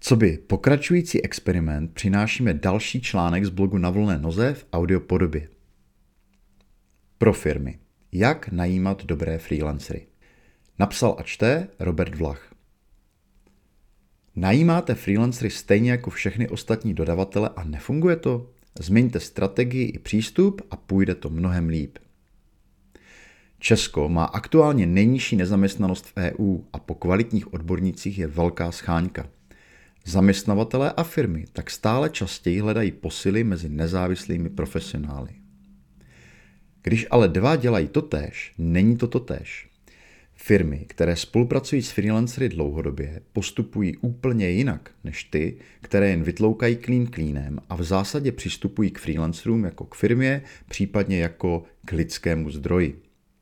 Coby pokračující experiment přinášíme další článek z blogu Na volné noze v audiopodobě. Pro firmy. Jak najímat dobré freelancery. Napsal a čte Robert Vlach. Najímáte freelancery stejně jako všechny ostatní dodavatele a nefunguje to? Změňte strategii i přístup a půjde to mnohem líp. Česko má aktuálně nejnižší nezaměstnanost v EU a po kvalitních odbornících je velká sháňka. Zaměstnavatelé a firmy tak stále častěji hledají posily mezi nezávislými profesionály. Když ale dva dělají totéž, není to totéž. Firmy, které spolupracují s freelancery dlouhodobě, postupují úplně jinak než ty, které jen vytloukají klín klínem a v zásadě přistupují k freelancerům jako k firmě, případně jako k lidskému zdroji.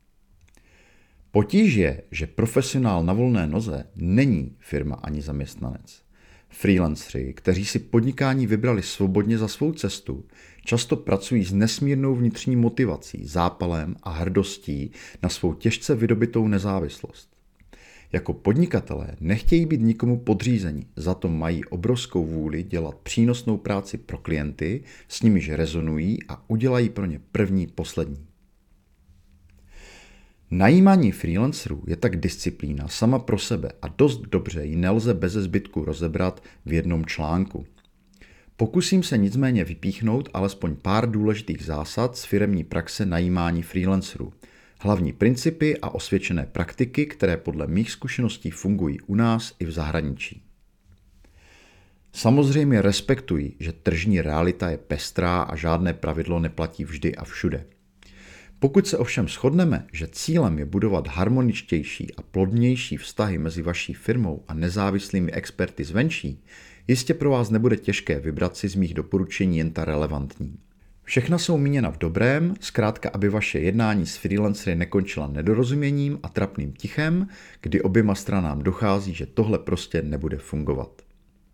Potíž je, že profesionál na volné noze není firma ani zaměstnanec. Freelanceri, kteří si podnikání vybrali svobodně za svou cestu, často pracují s nesmírnou vnitřní motivací, zápalem a hrdostí na svou těžce vydobytou nezávislost. Jako podnikatelé nechtějí být nikomu podřízeni, za to mají obrovskou vůli dělat přínosnou práci pro klienty, s nimiž rezonují a udělají pro ně první, poslední. Najímání freelancerů je tak disciplína sama pro sebe a dost dobře ji nelze beze zbytku rozebrat v jednom článku. Pokusím se nicméně vypíchnout alespoň pár důležitých zásad z firemní praxe najímání freelancerů, hlavní principy a osvědčené praktiky, které podle mých zkušeností fungují u nás i v zahraničí. Samozřejmě respektuji, že tržní realita je pestrá a žádné pravidlo neplatí vždy a všude. Pokud se ovšem shodneme, že cílem je budovat harmoničtější a plodnější vztahy mezi vaší firmou a nezávislými experty zvenčí, jistě pro vás nebude těžké vybrat si z mých doporučení jen ta relevantní. Všechna jsou míněna v dobrém, zkrátka aby vaše jednání s freelancery nekončila nedorozuměním a trapným tichem, kdy oběma stranám dochází, že tohle prostě nebude fungovat.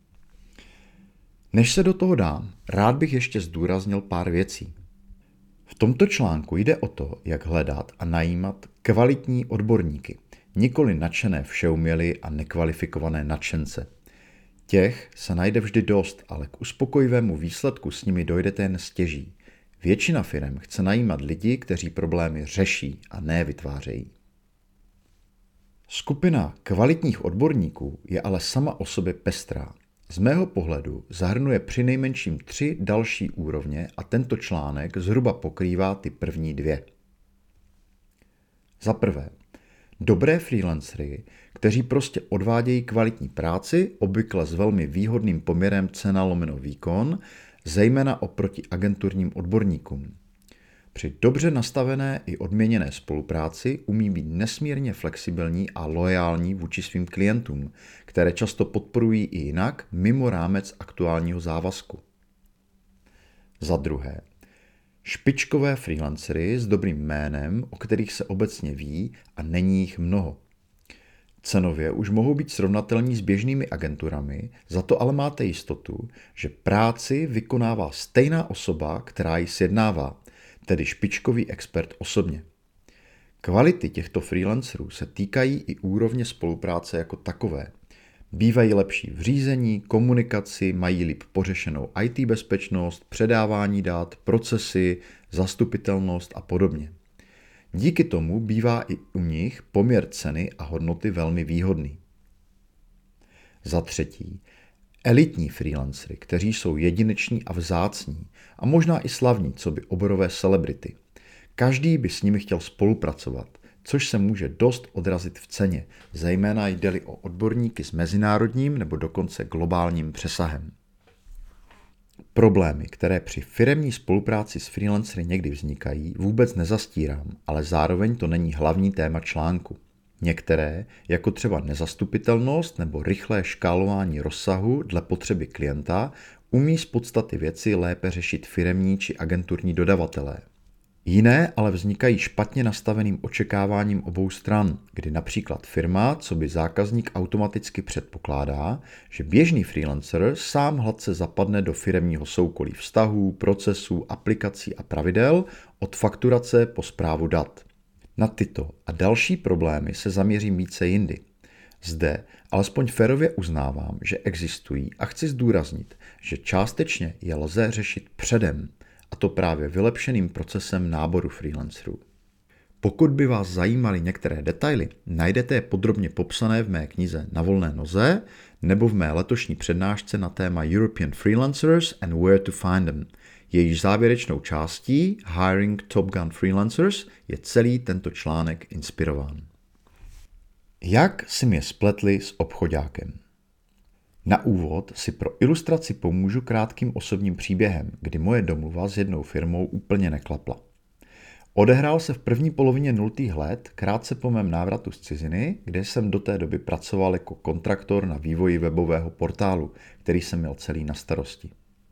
Než se do toho dám, rád bych ještě zdůraznil pár věcí. V tomto článku jde o to, jak hledat a najímat kvalitní odborníky, nikoli nadšené všeumělý a nekvalifikované nadšence. Těch se najde vždy dost, ale k uspokojivému výsledku s nimi dojdete jen stěží. Většina firem chce najímat lidi, kteří problémy řeší a ne vytvářejí. Skupina kvalitních odborníků je ale sama o sobě pestrá. Z mého pohledu zahrnuje přinejmenším 3 další úrovně a tento článek zhruba pokrývá ty první 2. Za prvé, dobré freelancery, kteří prostě odvádějí kvalitní práci, obvykle s velmi výhodným poměrem cena/výkon, zejména oproti agenturním odborníkům. Při dobře nastavené i odměněné spolupráci umí být nesmírně flexibilní a loajální vůči svým klientům, které často podporují i jinak mimo rámec aktuálního závazku. Za druhé, špičkové freelancery s dobrým jménem, o kterých se obecně ví a není jich mnoho. Cenově už mohou být srovnatelní s běžnými agenturami, za to ale máte jistotu, že práci vykonává stejná osoba, která ji sjednává, tedy špičkový expert osobně. Kvality těchto freelancerů se týkají i úrovně spolupráce jako takové. Bývají lepší v řízení, komunikaci, mají líp pořešenou IT bezpečnost, předávání dat, procesy, zastupitelnost a podobně. Díky tomu bývá i u nich poměr ceny a hodnoty velmi výhodný. Za třetí, elitní freelancery, kteří jsou jedineční a vzácní a možná i slavní, co by oborové celebrity. Každý by s nimi chtěl spolupracovat, což se může dost odrazit v ceně, zejména jde-li o odborníky s mezinárodním nebo dokonce globálním přesahem. Problémy, které při firemní spolupráci s freelancery někdy vznikají, vůbec nezastírám, ale zároveň to není hlavní téma článku. Některé, jako třeba nezastupitelnost nebo rychlé škálování rozsahu dle potřeby klienta, umí z podstaty věci lépe řešit firemní či agenturní dodavatelé. Jiné ale vznikají špatně nastaveným očekáváním obou stran, kdy například firma, co by zákazník automaticky předpokládá, že běžný freelancer sám hladce zapadne do firemního soukolí vztahů, procesů, aplikací a pravidel od fakturace po správu dat. Na tyto a další problémy se zaměřím více jindy. Zde alespoň férově uznávám, že existují a chci zdůraznit, že částečně je lze řešit předem, a to právě vylepšeným procesem náboru freelancerů. Pokud by vás zajímaly některé detaily, najdete je podrobně popsané v mé knize Na volné noze nebo v mé letošní přednášce na téma European Freelancers and Where to Find Them. Jejíž závěrečnou částí Hiring Top Gun Freelancers je celý tento článek inspirován. Jak si mě spletli s obchoďákem? Na úvod si pro ilustraci pomůžu krátkým osobním příběhem, kdy moje domluva s jednou firmou úplně neklapla. Odehrál se v první polovině 0. let, krátce po mém návratu z ciziny, kde jsem do té doby pracoval jako kontraktor na vývoji webového portálu, který jsem měl celý na starosti.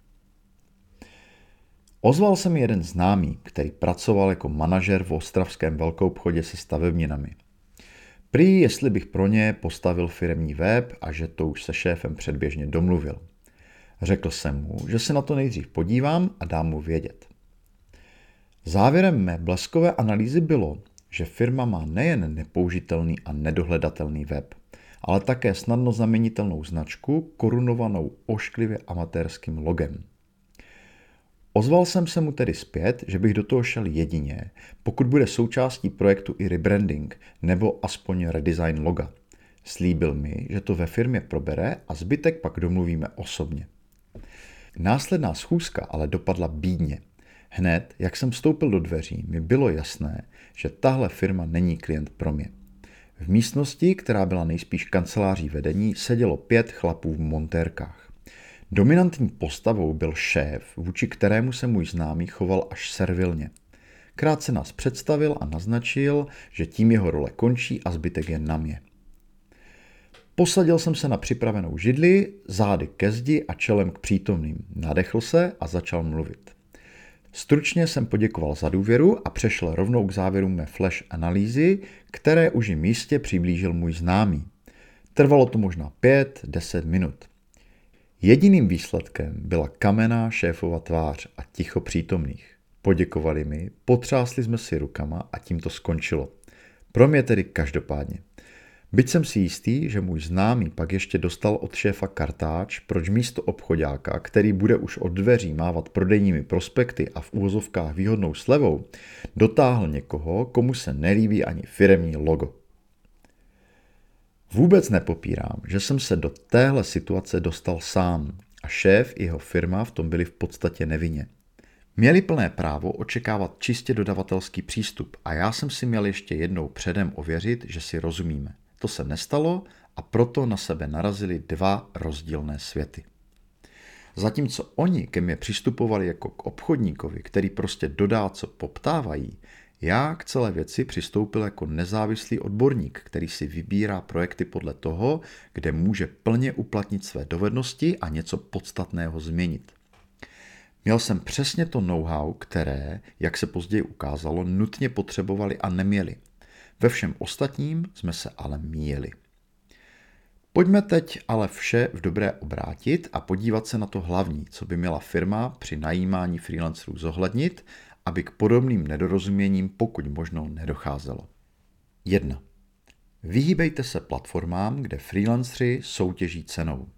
Ozval se mi jeden známý, který pracoval jako manažer v ostravském velkoobchodě se stavebninami. Prý, jestli bych pro ně postavil firemní web a že to už se šéfem předběžně domluvil. Řekl jsem mu, že se na to nejdřív podívám a dám mu vědět. Závěrem mé bleskové analýzy bylo, že firma má nejen nepoužitelný a nedohledatelný web, ale také snadno zaměnitelnou značku korunovanou ošklivě amatérským logem. Ozval jsem se mu tedy zpět, že bych do toho šel jedině, pokud bude součástí projektu i rebranding nebo aspoň redesign loga. Slíbil mi, že to ve firmě probere a zbytek pak domluvíme osobně. Následná schůzka ale dopadla bídně. Hned, jak jsem vstoupil do dveří, mi bylo jasné, že tahle firma není klient pro mě. V místnosti, která byla nejspíš kanceláří vedení, sedělo 5 chlapů v montérkách. Dominantní postavou byl šéf, vůči kterému se můj známý choval až servilně. Krátce nás představil a naznačil, že tím jeho role končí a zbytek je na mě. Posadil jsem se na připravenou židli, zády ke zdi a čelem k přítomným. Nadechl se a začal mluvit. Stručně jsem poděkoval za důvěru a přešel rovnou k závěru mé flash analýzy, které už jim jistě přiblížil můj známý. Trvalo to možná 5-10 minut. Jediným výsledkem byla kamenná šéfova tvář a ticho přítomných. Poděkovali mi, potřásli jsme si rukama a tím to skončilo. Pro mě tedy každopádně. Byť jsem si jistý, že můj známý pak ještě dostal od šéfa kartáč, proč místo obchoďáka, který bude už od dveří mávat prodejními prospekty a v úvozovkách výhodnou slevou, dotáhl někoho, komu se nelíbí ani firemní logo. Vůbec nepopírám, že jsem se do téhle situace dostal sám a šéf i jeho firma v tom byli v podstatě nevinně. Měli plné právo očekávat čistě dodavatelský přístup a já jsem si měl ještě jednou předem ověřit, že si rozumíme. To se nestalo a proto na sebe narazili 2 rozdílné světy. Zatímco oni ke mně přistupovali jako k obchodníkovi, který prostě dodá, co poptávají, já k celé věci přistoupil jako nezávislý odborník, který si vybírá projekty podle toho, kde může plně uplatnit své dovednosti a něco podstatného změnit. Měl jsem přesně to know-how, které, jak se později ukázalo, nutně potřebovali a neměli. Ve všem ostatním jsme se ale míjeli. Pojďme teď ale vše v dobré obrátit a podívat se na to hlavní, co by měla firma při najímání freelancerů zohlednit, aby k podobným nedorozuměním pokud možno nedocházelo. 1. Vyhýbejte se platformám, kde freelanceri soutěží cenou.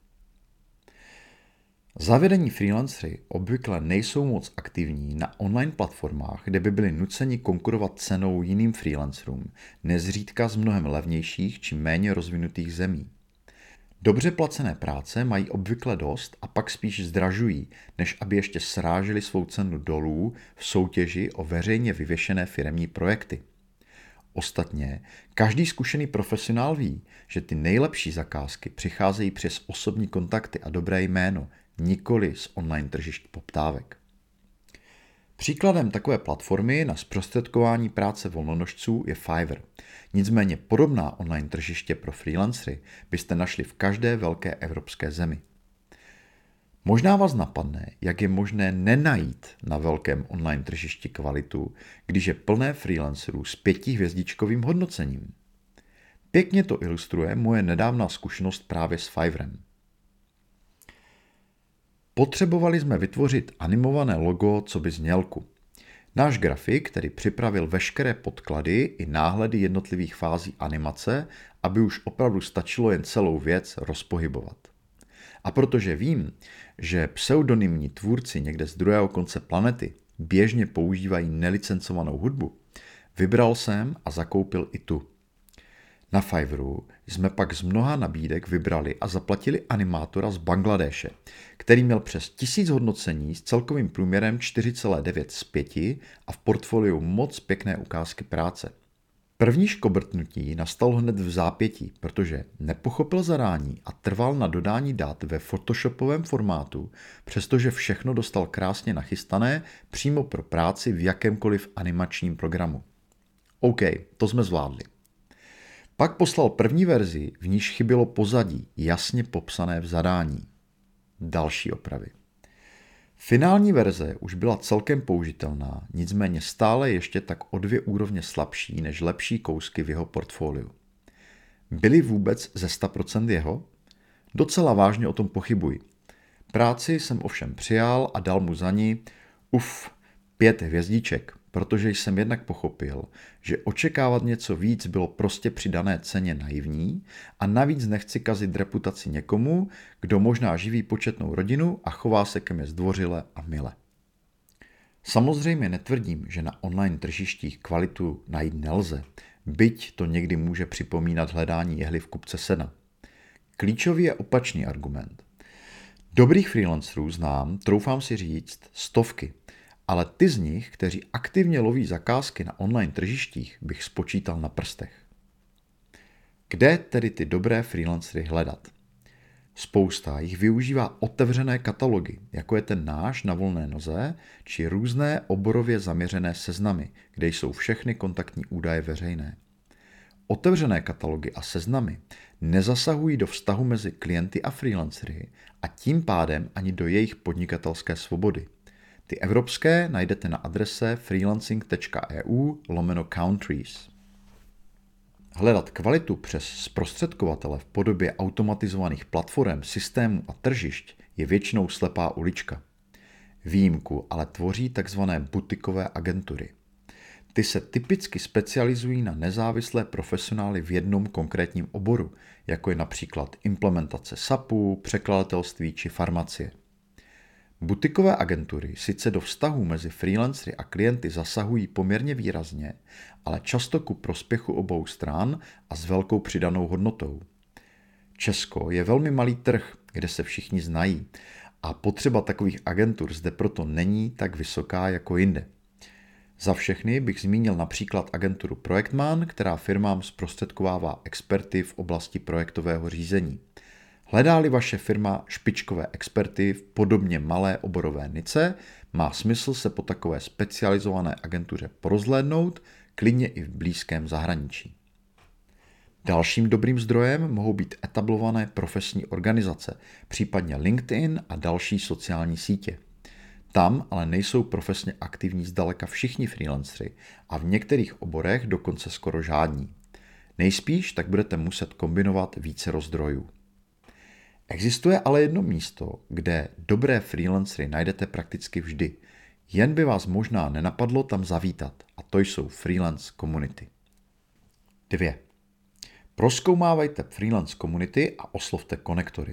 Zavedení freelanceri obvykle nejsou moc aktivní na online platformách, kde by byli nuceni konkurovat cenou jiným freelancerům, nezřídka z mnohem levnějších či méně rozvinutých zemí. Dobře placené práce mají obvykle dost a pak spíš zdražují, než aby ještě sráželi svou cenu dolů v soutěži o veřejně vyvěšené firemní projekty. Ostatně, každý zkušený profesionál ví, že ty nejlepší zakázky přicházejí přes osobní kontakty a dobré jméno, nikoli z online tržišť poptávek. Příkladem takové platformy na zprostředkování práce volnonožců je Fiverr. Nicméně podobná online tržiště pro freelancery byste našli v každé velké evropské zemi. Možná vás napadne, jak je možné nenajít na velkém online tržišti kvalitu, když je plné freelancerů s 5hvězdičkovým hodnocením. Pěkně to ilustruje moje nedávná zkušenost právě s Fiverrem. Potřebovali jsme vytvořit animované logo coby znělku. Náš grafik tedy připravil veškeré podklady i náhledy jednotlivých fází animace, aby už opravdu stačilo jen celou věc rozpohybovat. A protože vím, že pseudonymní tvůrci někde z druhého konce planety běžně používají nelicencovanou hudbu, vybral jsem a zakoupil i tu. Na Fiverru jsme pak z mnoha nabídek vybrali a zaplatili animátora z Bangladéše, který měl přes 1000 hodnocení s celkovým průměrem 4,9 z 5 a v portfoliu moc pěkné ukázky práce. První škobrtnutí nastalo hned v zápětí, protože nepochopil zadání a trval na dodání dat ve photoshopovém formátu, přestože všechno dostal krásně nachystané přímo pro práci v jakémkoliv animačním programu. OK, to jsme zvládli. Pak poslal první verzi, v níž chybělo pozadí, jasně popsané v zadání. Další opravy. Finální verze už byla celkem použitelná, nicméně stále ještě tak o 2 úrovně slabší než lepší kousky v jeho portfoliu. Byly vůbec ze 100% jeho? Docela vážně o tom pochybuji. Práci jsem ovšem přijal a dal mu za ní 5 hvězdiček, protože jsem jednak pochopil, že očekávat něco víc bylo prostě při dané ceně naivní a navíc nechci kazit reputaci někomu, kdo možná živí početnou rodinu a chová se ke mně zdvořile a mile. Samozřejmě netvrdím, že na online tržištích kvalitu najít nelze, byť to někdy může připomínat hledání jehly v kupce sena. Klíčový je opačný argument. Dobrých freelancerů znám, troufám si říct, stovky, ale ty z nich, kteří aktivně loví zakázky na online tržištích, bych spočítal na prstech. Kde tedy ty dobré freelancery hledat? Spousta jich využívá otevřené katalogy, jako je ten náš na volné noze, či různé oborově zaměřené seznamy, kde jsou všechny kontaktní údaje veřejné. Otevřené katalogy a seznamy nezasahují do vztahu mezi klienty a freelancery a tím pádem ani do jejich podnikatelské svobody. Ty evropské najdete na adrese freelancing.eu/countries. Hledat kvalitu přes zprostředkovatele v podobě automatizovaných platform, systémů a tržišť je většinou slepá ulička. Výjimku ale tvoří tzv. Butikové agentury. Ty se typicky specializují na nezávislé profesionály v jednom konkrétním oboru, jako je například implementace SAPu, překladatelství či farmacie. Butikové agentury sice do vztahů mezi freelancery a klienty zasahují poměrně výrazně, ale často ku prospěchu obou stran a s velkou přidanou hodnotou. Česko je velmi malý trh, kde se všichni znají a potřeba takových agentur zde proto není tak vysoká jako jinde. Za všechny bych zmínil například agenturu Projektman, která firmám zprostředkovává experty v oblasti projektového řízení. Hledá-li vaše firma špičkové experty v podobně malé oborové nice, má smysl se po takové specializované agentuře porozhlédnout, klidně i v blízkém zahraničí. Dalším dobrým zdrojem mohou být etablované profesní organizace, případně LinkedIn a další sociální sítě. Tam ale nejsou profesně aktivní zdaleka všichni freelancery a v některých oborech dokonce skoro žádní. Nejspíš tak budete muset kombinovat více zdrojů. Existuje ale jedno místo, kde dobré freelancery najdete prakticky vždy, jen by vás možná nenapadlo tam zavítat, a to jsou freelance community. 2. Prozkoumávejte freelance community a oslovte konektory.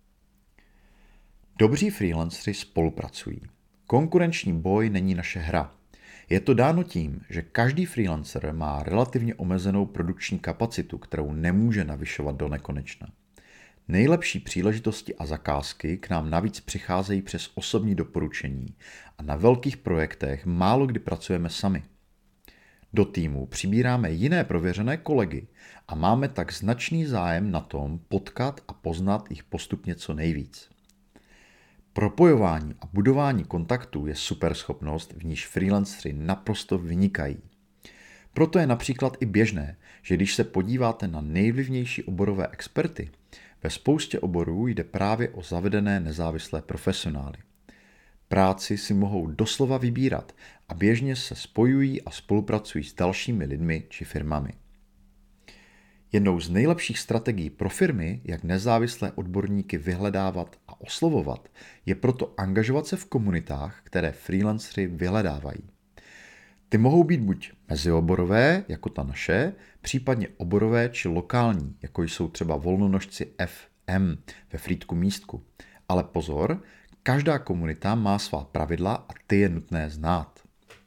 Dobří freelancery spolupracují. Konkurenční boj není naše hra. Je to dáno tím, že každý freelancer má relativně omezenou produkční kapacitu, kterou nemůže navyšovat do nekonečna. Nejlepší příležitosti a zakázky k nám navíc přicházejí přes osobní doporučení a na velkých projektech málo kdy pracujeme sami. Do týmu přibíráme jiné prověřené kolegy a máme tak značný zájem na tom potkat a poznat jich postupně co nejvíc. Propojování a budování kontaktů je superschopnost, v níž freelanceři naprosto vynikají. Proto je například i běžné, že když se podíváte na nejvlivnější oborové experty, ve spoustě oborů jde právě o zavedené nezávislé profesionály. Práci si mohou doslova vybírat a běžně se spojují a spolupracují s dalšími lidmi či firmami. Jednou z nejlepších strategií pro firmy, jak nezávislé odborníky vyhledávat a oslovovat, je proto angažovat se v komunitách, které freelancery vyhledávají. Ty mohou být buď mezioborové, jako ta naše, případně oborové či lokální, jako jsou třeba volnonožci FM ve Frýdku Místku. Ale pozor, každá komunita má svá pravidla a ty je nutné znát.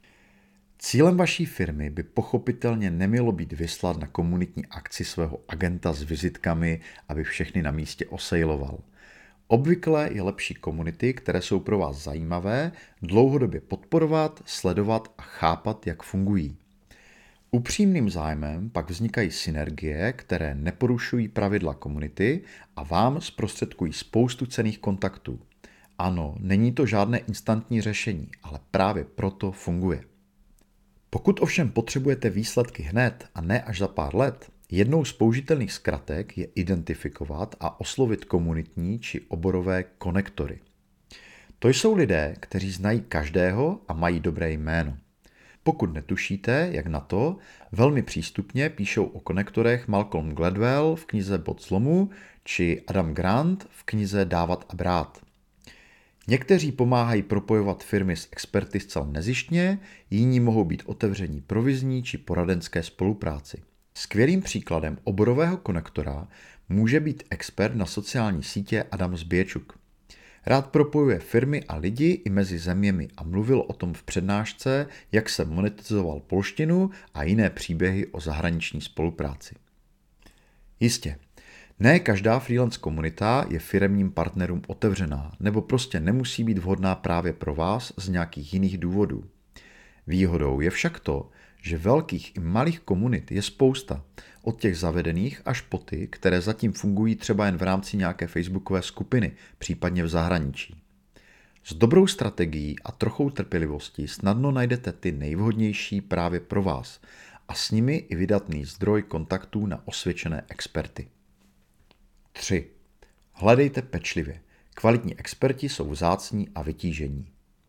Cílem vaší firmy by pochopitelně nemělo být vyslat na komunitní akci svého agenta s vizitkami, aby všechny na místě osejloval. Obvykle je lepší komunity, které jsou pro vás zajímavé, dlouhodobě podporovat, sledovat a chápat, jak fungují. Upřímným zájmem pak vznikají synergie, které neporušují pravidla komunity a vám zprostředkují spoustu cenných kontaktů. Ano, není to žádné instantní řešení, ale právě proto funguje. Pokud ovšem potřebujete výsledky hned a ne až za pár let, jednou z použitelných zkratek je identifikovat a oslovit komunitní či oborové konektory. To jsou lidé, kteří znají každého a mají dobré jméno. Pokud netušíte, jak na to, velmi přístupně píšou o konektorech Malcolm Gladwell v knize Bod zlomu či Adam Grant v knize Dávat a brát. Někteří pomáhají propojovat firmy s experty zcela nezištně, jiní mohou být otevření provizní či poradenské spolupráci. Skvělým příkladem oborového konektora může být expert na sociální sítě Adam Zběčuk. Rád propojuje firmy a lidi i mezi zeměmi a mluvil o tom v přednášce, jak se monetizoval polštinu a jiné příběhy o zahraniční spolupráci. Jistě, ne každá freelance komunita je firemním partnerům otevřená, nebo prostě nemusí být vhodná právě pro vás z nějakých jiných důvodů. Výhodou je však to, že velkých i malých komunit je spousta, od těch zavedených až po ty, které zatím fungují třeba jen v rámci nějaké facebookové skupiny, případně v zahraničí. S dobrou strategií a trochou trpělivosti snadno najdete ty nejvhodnější právě pro vás a s nimi i vydatný zdroj kontaktů na osvědčené experty. 3. Hledejte pečlivě. Kvalitní experti jsou vzácní a vytížení.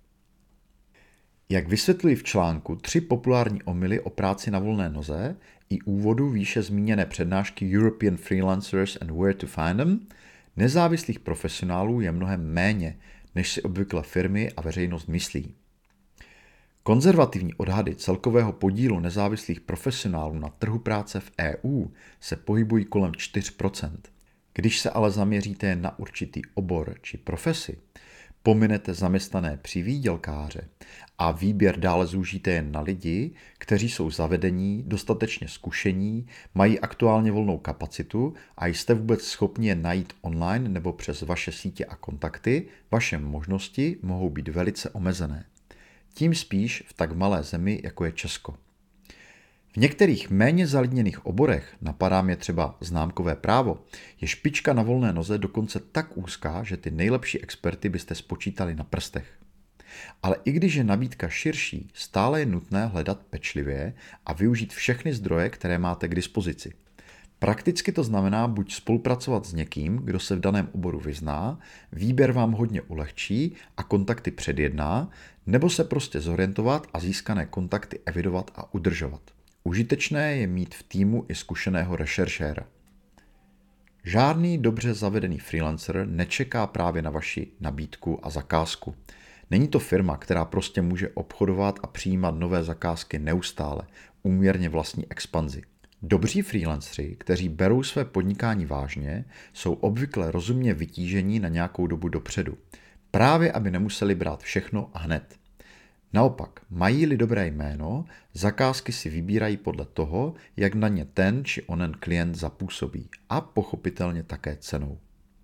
Jak vysvětluji v článku 3 populární omyly o práci na volné noze i úvodu výše zmíněné přednášky European Freelancers and Where to Find Them, nezávislých profesionálů je mnohem méně, než si obvykle firmy a veřejnost myslí. Konzervativní odhady celkového podílu nezávislých profesionálů na trhu práce v EU se pohybují kolem 4%. Když se ale zaměříte jen na určitý obor či profesi, pominete zaměstnané přivýdělkáře a výběr dále zúžíte jen na lidi, kteří jsou zavedení, dostatečně zkušení, mají aktuálně volnou kapacitu a jste vůbec schopni je najít online nebo přes vaše sítě a kontakty, vaše možnosti mohou být velice omezené. Tím spíš v tak malé zemi, jako je Česko. V některých méně zalidněných oborech, napadá mě třeba známkové právo, je špička na volné noze dokonce tak úzká, že ty nejlepší experty byste spočítali na prstech. Ale i když je nabídka širší, stále je nutné hledat pečlivě a využít všechny zdroje, které máte k dispozici. Prakticky to znamená buď spolupracovat s někým, kdo se v daném oboru vyzná, výběr vám hodně ulehčí a kontakty předjedná, nebo se prostě zorientovat a získané kontakty evidovat a udržovat. Užitečné je mít v týmu i zkušeného rešeršéra. Žádný dobře zavedený freelancer nečeká právě na vaši nabídku a zakázku. Není to firma, která prostě může obchodovat a přijímat nové zakázky neustále, úměrně vlastní expanzi. Dobří freelanceri, kteří berou své podnikání vážně, jsou obvykle rozumně vytížení na nějakou dobu dopředu, právě aby nemuseli brát všechno a hned. Naopak, mají-li dobré jméno, zakázky si vybírají podle toho, jak na ně ten či onen klient zapůsobí a pochopitelně také cenou.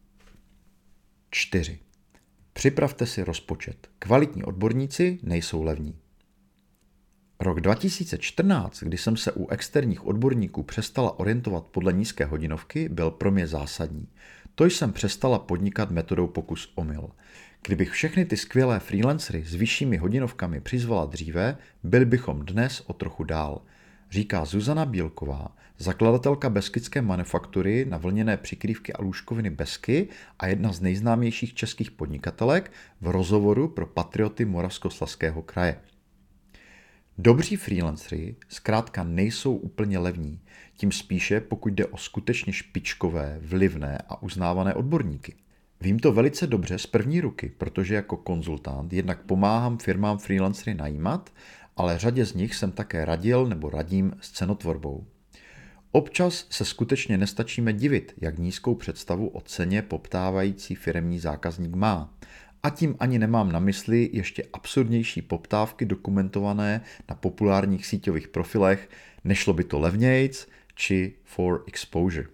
4. Připravte si rozpočet. Kvalitní odborníci nejsou levní. Rok 2014, kdy jsem se u externích odborníků přestala orientovat podle nízké hodinovky, byl pro mě zásadní. To jsem přestala podnikat metodou pokus-omyl. Kdybych všechny ty skvělé freelancery s vyššími hodinovkami přizvala dříve, byli bychom dnes o trochu dál, říká Zuzana Bílková, zakladatelka beskydské manufaktury na vlněné přikrývky a lůžkoviny Besky a jedna z nejznámějších českých podnikatelek v rozhovoru pro Patrioty Moravskoslezského kraje. Dobří freelancery zkrátka nejsou úplně levní, tím spíše pokud jde o skutečně špičkové, vlivné a uznávané odborníky. Vím to velice dobře z první ruky, protože jako konzultant jednak pomáhám firmám freelancery najímat ale řadě z nich jsem také radil nebo radím s cenotvorbou. Občas se skutečně nestačíme divit, jak nízkou představu o ceně poptávající firemní zákazník má. A tím ani nemám na mysli ještě absurdnější poptávky dokumentované na populárních síťových profilech nešlo by to levnějc či for exposure.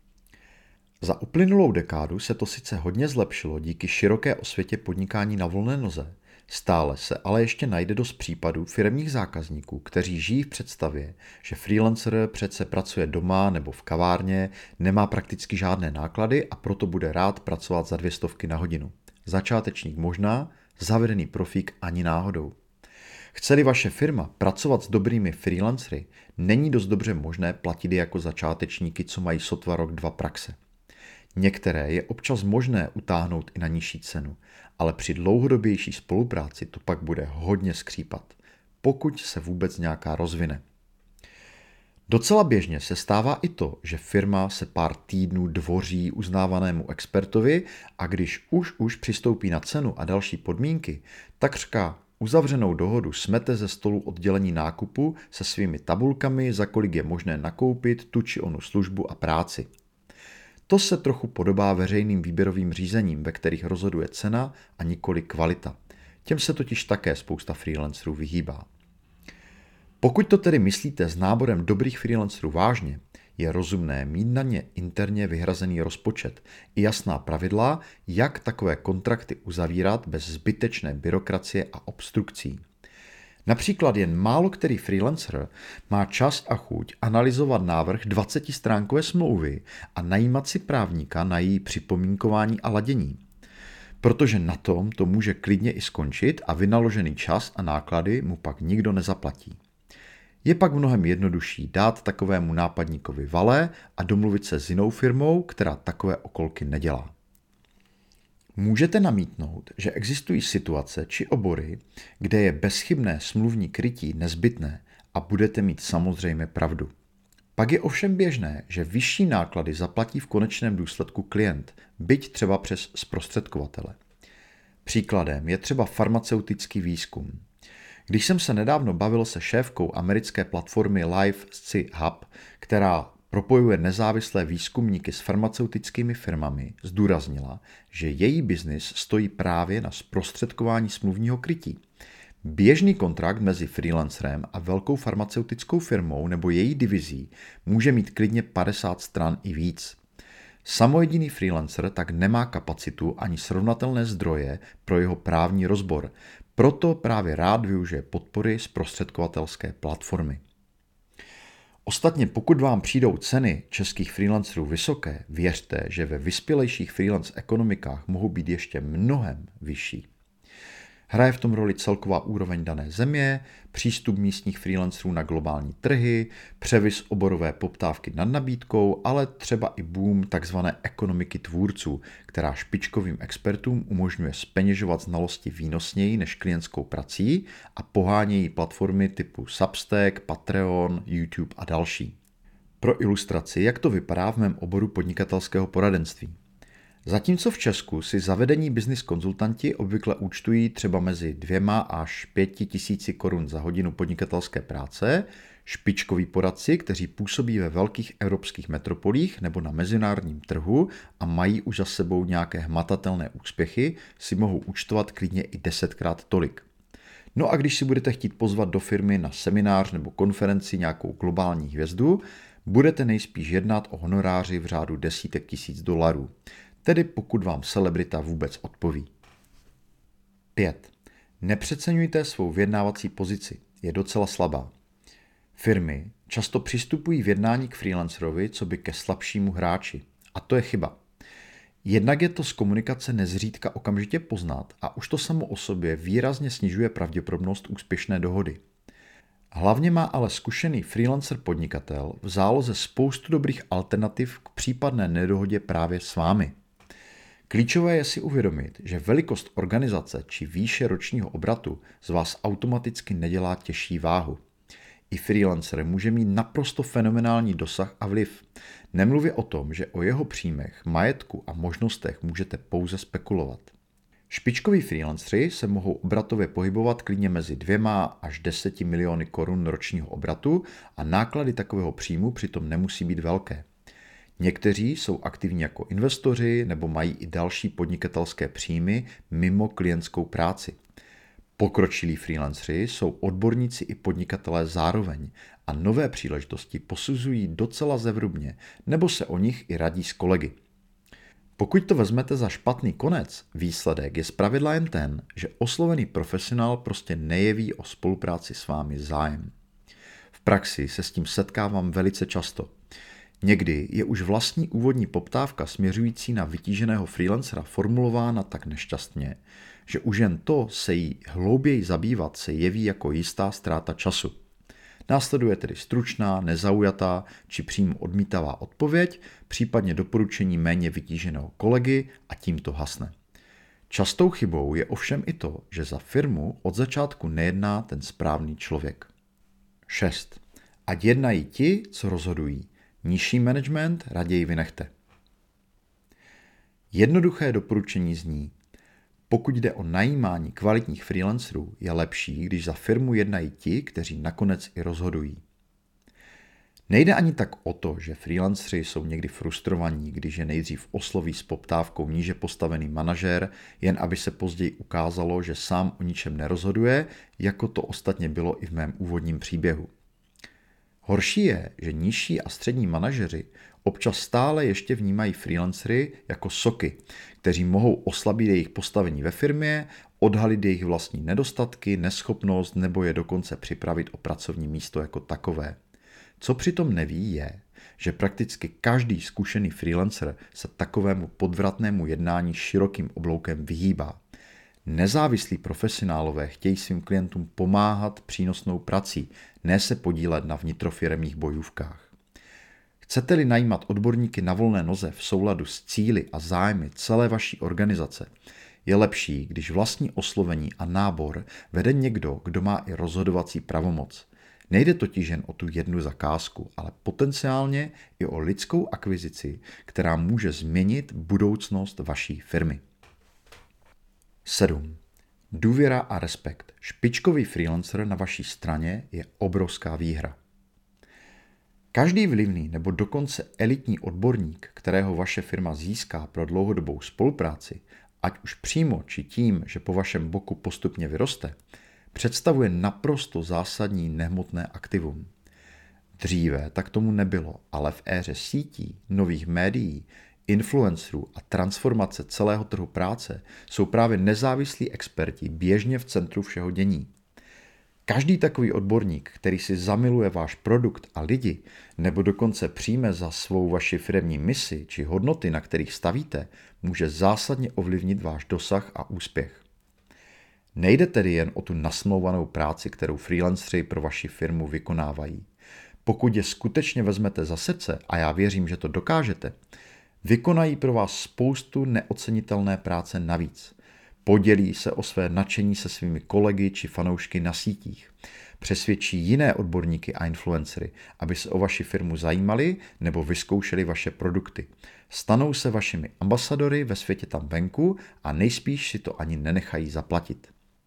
Za uplynulou dekádu se to sice hodně zlepšilo díky široké osvětě podnikání na volné noze, stále se ale ještě najde dost případů firemních zákazníků, kteří žijí v představě, že freelancer přece pracuje doma nebo v kavárně, nemá prakticky žádné náklady a proto bude rád pracovat za 200 na hodinu. Začátečník možná, zavedený profík ani náhodou. Chce-li vaše firma pracovat s dobrými freelancery, není dost dobře možné platit je jako začátečníky, co mají sotva rok, 2 praxe. Některé je občas možné utáhnout i na nižší cenu, ale při dlouhodobější spolupráci to pak bude hodně skřípat, pokud se vůbec nějaká rozvine. Docela běžně se stává i to, že firma se pár týdnů dvoří uznávanému expertovi a když už přistoupí na cenu a další podmínky, takřka uzavřenou dohodu smete ze stolu oddělení nákupu se svými tabulkami, za kolik je možné nakoupit tu či onu službu a práci. To se trochu podobá veřejným výběrovým řízením, ve kterých rozhoduje cena a nikoli kvalita. Těm se totiž také spousta freelancerů vyhýbá. Pokud to tedy myslíte s náborem dobrých freelancerů vážně, je rozumné mít na ně interně vyhrazený rozpočet i jasná pravidla, jak takové kontrakty uzavírat bez zbytečné byrokracie a obstrukcí. Například jen málo který freelancer má čas a chuť analyzovat návrh 20stránkové smlouvy a najímat si právníka na její připomínkování a ladění. Protože na tom to může klidně i skončit a vynaložený čas a náklady mu pak nikdo nezaplatí. Je pak mnohem jednodušší dát takovému nápadníkovi vale a domluvit se s jinou firmou, která takové okolky nedělá. Můžete namítnout, že existují situace či obory, kde je bezchybné smluvní krytí nezbytné a budete mít samozřejmě pravdu. Pak je ovšem běžné, že vyšší náklady zaplatí v konečném důsledku klient, byť třeba přes zprostředkovatele. Příkladem je třeba farmaceutický výzkum. Když jsem se nedávno bavil se šéfkou americké platformy LifeSci Hub, která propojuje nezávislé výzkumníky s farmaceutickými firmami, zdůraznila, že její biznis stojí právě na zprostředkování smluvního krytí. Běžný kontrakt mezi freelancerem a velkou farmaceutickou firmou nebo její divizí může mít klidně 50 stran i víc. Samojediný freelancer tak nemá kapacitu ani srovnatelné zdroje pro jeho právní rozbor, proto právě rád využije podpory zprostředkovatelské platformy. Ostatně pokud vám přijdou ceny českých freelancerů vysoké, věřte, že ve vyspělejších freelance ekonomikách mohou být ještě mnohem vyšší. Hraje v tom roli celková úroveň dané země, přístup místních freelancerů na globální trhy, převis oborové poptávky nad nabídkou, ale třeba i boom takzvané ekonomiky tvůrců, která špičkovým expertům umožňuje zpeněžovat znalosti výnosněji než klientskou prací a pohánějí platformy typu Substack, Patreon, YouTube a další. Pro ilustraci, jak to vypadá v mém oboru podnikatelského poradenství. Zatímco v Česku si zavedení business konzultanti obvykle účtují třeba mezi 2 až 5 tisíci korun za hodinu podnikatelské práce, špičkoví poradci, kteří působí ve velkých evropských metropolích nebo na mezinárodním trhu a mají už za sebou nějaké hmatatelné úspěchy, si mohou účtovat klidně i 10krát tolik. No a když si budete chtít pozvat do firmy na seminář nebo konferenci nějakou globální hvězdu, budete nejspíš jednat o honoráři v řádu desítek tisíc dolarů. Tedy pokud vám celebrita vůbec odpoví. 5. Nepřeceňujte svou vyjednávací pozici, je docela slabá. Firmy často přistupují v jednání k freelancerovi coby ke slabšímu hráči. A to je chyba. Jednak je to z komunikace nezřídka okamžitě poznat a už to samo o sobě výrazně snižuje pravděpodobnost úspěšné dohody. Hlavně má ale zkušený freelancer podnikatel v záloze spoustu dobrých alternativ k případné nedohodě právě s vámi. Klíčové je si uvědomit, že velikost organizace či výše ročního obratu z vás automaticky nedělá těžší váhu. I freelancer může mít naprosto fenomenální dosah a vliv. Nemluvě o tom, že o jeho příjmech, majetku a možnostech můžete pouze spekulovat. Špičkoví freelanceri se mohou obratově pohybovat klidně mezi 2 až 10 miliony korun ročního obratu a náklady takového příjmu přitom nemusí být velké. Někteří jsou aktivní jako investoři nebo mají i další podnikatelské příjmy mimo klientskou práci. Pokročilí freelanceri jsou odborníci i podnikatelé zároveň a nové příležitosti posuzují docela zevrubně nebo se o nich i radí s kolegy. Pokud to vezmete za špatný konec, výsledek je zpravidla jen ten, že oslovený profesionál prostě nejeví o spolupráci s vámi zájem. V praxi se s tím setkávám velice často. Někdy je už vlastní úvodní poptávka směřující na vytíženého freelancera formulována tak nešťastně, že už jen to se jí hlouběji zabývat se jeví jako jistá ztráta času. Následuje tedy stručná, nezaujatá či přímo odmítavá odpověď, případně doporučení méně vytíženého kolegy a tím to hasne. Častou chybou je ovšem i to, že za firmu od začátku nejedná ten správný člověk. 6. Ať jednají ti, co rozhodují. Nižší management raději vynechte. Jednoduché doporučení zní: pokud jde o najímání kvalitních freelancerů, je lepší, když za firmu jednají ti, kteří nakonec i rozhodují. Nejde ani tak o to, že freelanceri jsou někdy frustrovaní, když je nejdřív osloví s poptávkou níže postavený manažér, jen aby se později ukázalo, že sám o ničem nerozhoduje, jako to ostatně bylo i v mém úvodním příběhu. Horší je, že nižší a střední manažeři občas stále ještě vnímají freelancery jako soky, kteří mohou oslabit jejich postavení ve firmě, odhalit jejich vlastní nedostatky, neschopnost nebo je dokonce připravit o pracovní místo jako takové. Co přitom neví je, že prakticky každý zkušený freelancer se takovému podvratnému jednání širokým obloukem vyhýbá. Nezávislí profesionálové chtějí svým klientům pomáhat přínosnou prací, ne se podílet na vnitrofiremních bojůvkách. Chcete-li najímat odborníky na volné noze v souladu s cíli a zájmy celé vaší organizace, je lepší, když vlastní oslovení a nábor vede někdo, kdo má i rozhodovací pravomoc. Nejde totiž jen o tu jednu zakázku, ale potenciálně i o lidskou akvizici, která může změnit budoucnost vaší firmy. 7. Důvěra a respekt. Špičkový freelancer na vaší straně je obrovská výhra. Každý vlivný nebo dokonce elitní odborník, kterého vaše firma získá pro dlouhodobou spolupráci, ať už přímo či tím, že po vašem boku postupně vyroste, představuje naprosto zásadní nehmotné aktivum. Dříve tak tomu nebylo, ale v éře sítí, nových médií, influencerů a transformace celého trhu práce jsou právě nezávislí experti běžně v centru všeho dění. Každý takový odborník, který si zamiluje váš produkt a lidi, nebo dokonce přijme za svou vaši firemní misi či hodnoty, na kterých stavíte, může zásadně ovlivnit váš dosah a úspěch. Nejde tedy jen o tu nasmlouvanou práci, kterou freelanceri pro vaši firmu vykonávají. Pokud je skutečně vezmete za srdce, a já věřím, že to dokážete, vykonají pro vás spoustu neocenitelné práce navíc. Podělí se o své nadšení se svými kolegy či fanoušky na sítích. Přesvědčí jiné odborníky a influencery, aby se o vaši firmu zajímali nebo vyzkoušeli vaše produkty. Stanou se vašimi ambasadory ve světě tam venku a nejspíš si to ani nenechají zaplatit.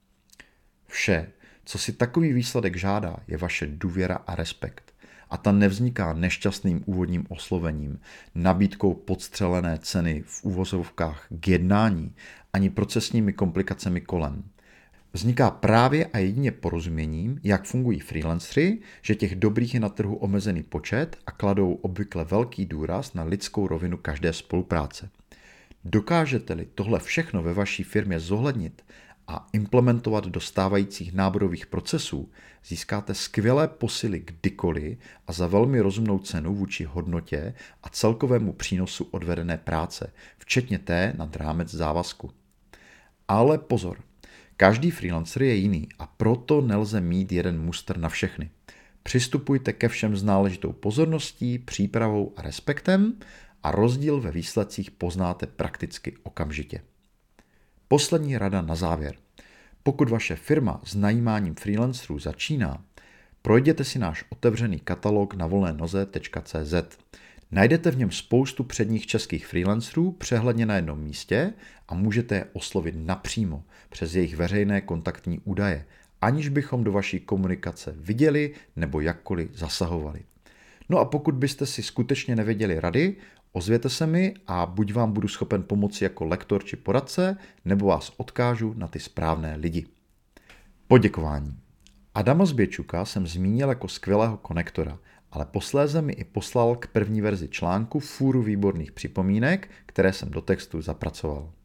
Vše, co si takový výsledek žádá, je vaše důvěra a respekt. A ta nevzniká nešťastným úvodním oslovením, nabídkou podstřelené ceny v uvozovkách k jednání, ani procesními komplikacemi kolem. Vzniká právě a jedině porozuměním, jak fungují freelanceri, že těch dobrých je na trhu omezený počet a kladou obvykle velký důraz na lidskou rovinu každé spolupráce. Dokážete-li tohle všechno ve vaší firmě zohlednit a implementovat do stávajících náborových procesů, získáte skvělé posily kdykoliv a za velmi rozumnou cenu vůči hodnotě a celkovému přínosu odvedené práce, včetně té nad rámec závazku. Ale pozor, každý freelancer je jiný a proto nelze mít jeden mustr na všechny. Přistupujte ke všem s náležitou pozorností, přípravou a respektem a rozdíl ve výsledcích poznáte prakticky okamžitě. Poslední rada na závěr. Pokud vaše firma s najímáním freelancerů začíná, projděte si náš otevřený katalog na volnénoze.cz. Najdete v něm spoustu předních českých freelancerů přehledně na jednom místě a můžete je oslovit napřímo přes jejich veřejné kontaktní údaje, aniž bychom do vaší komunikace viděli nebo jakkoliv zasahovali. No a pokud byste si skutečně nevěděli rady, ozvěte se mi a buď vám budu schopen pomoci jako lektor či poradce, nebo vás odkážu na ty správné lidi. Poděkování. Adama Zběčuka jsem zmínil jako skvělého konektora, ale posléze mi i poslal k první verzi článku fůru výborných připomínek, které jsem do textu zapracoval.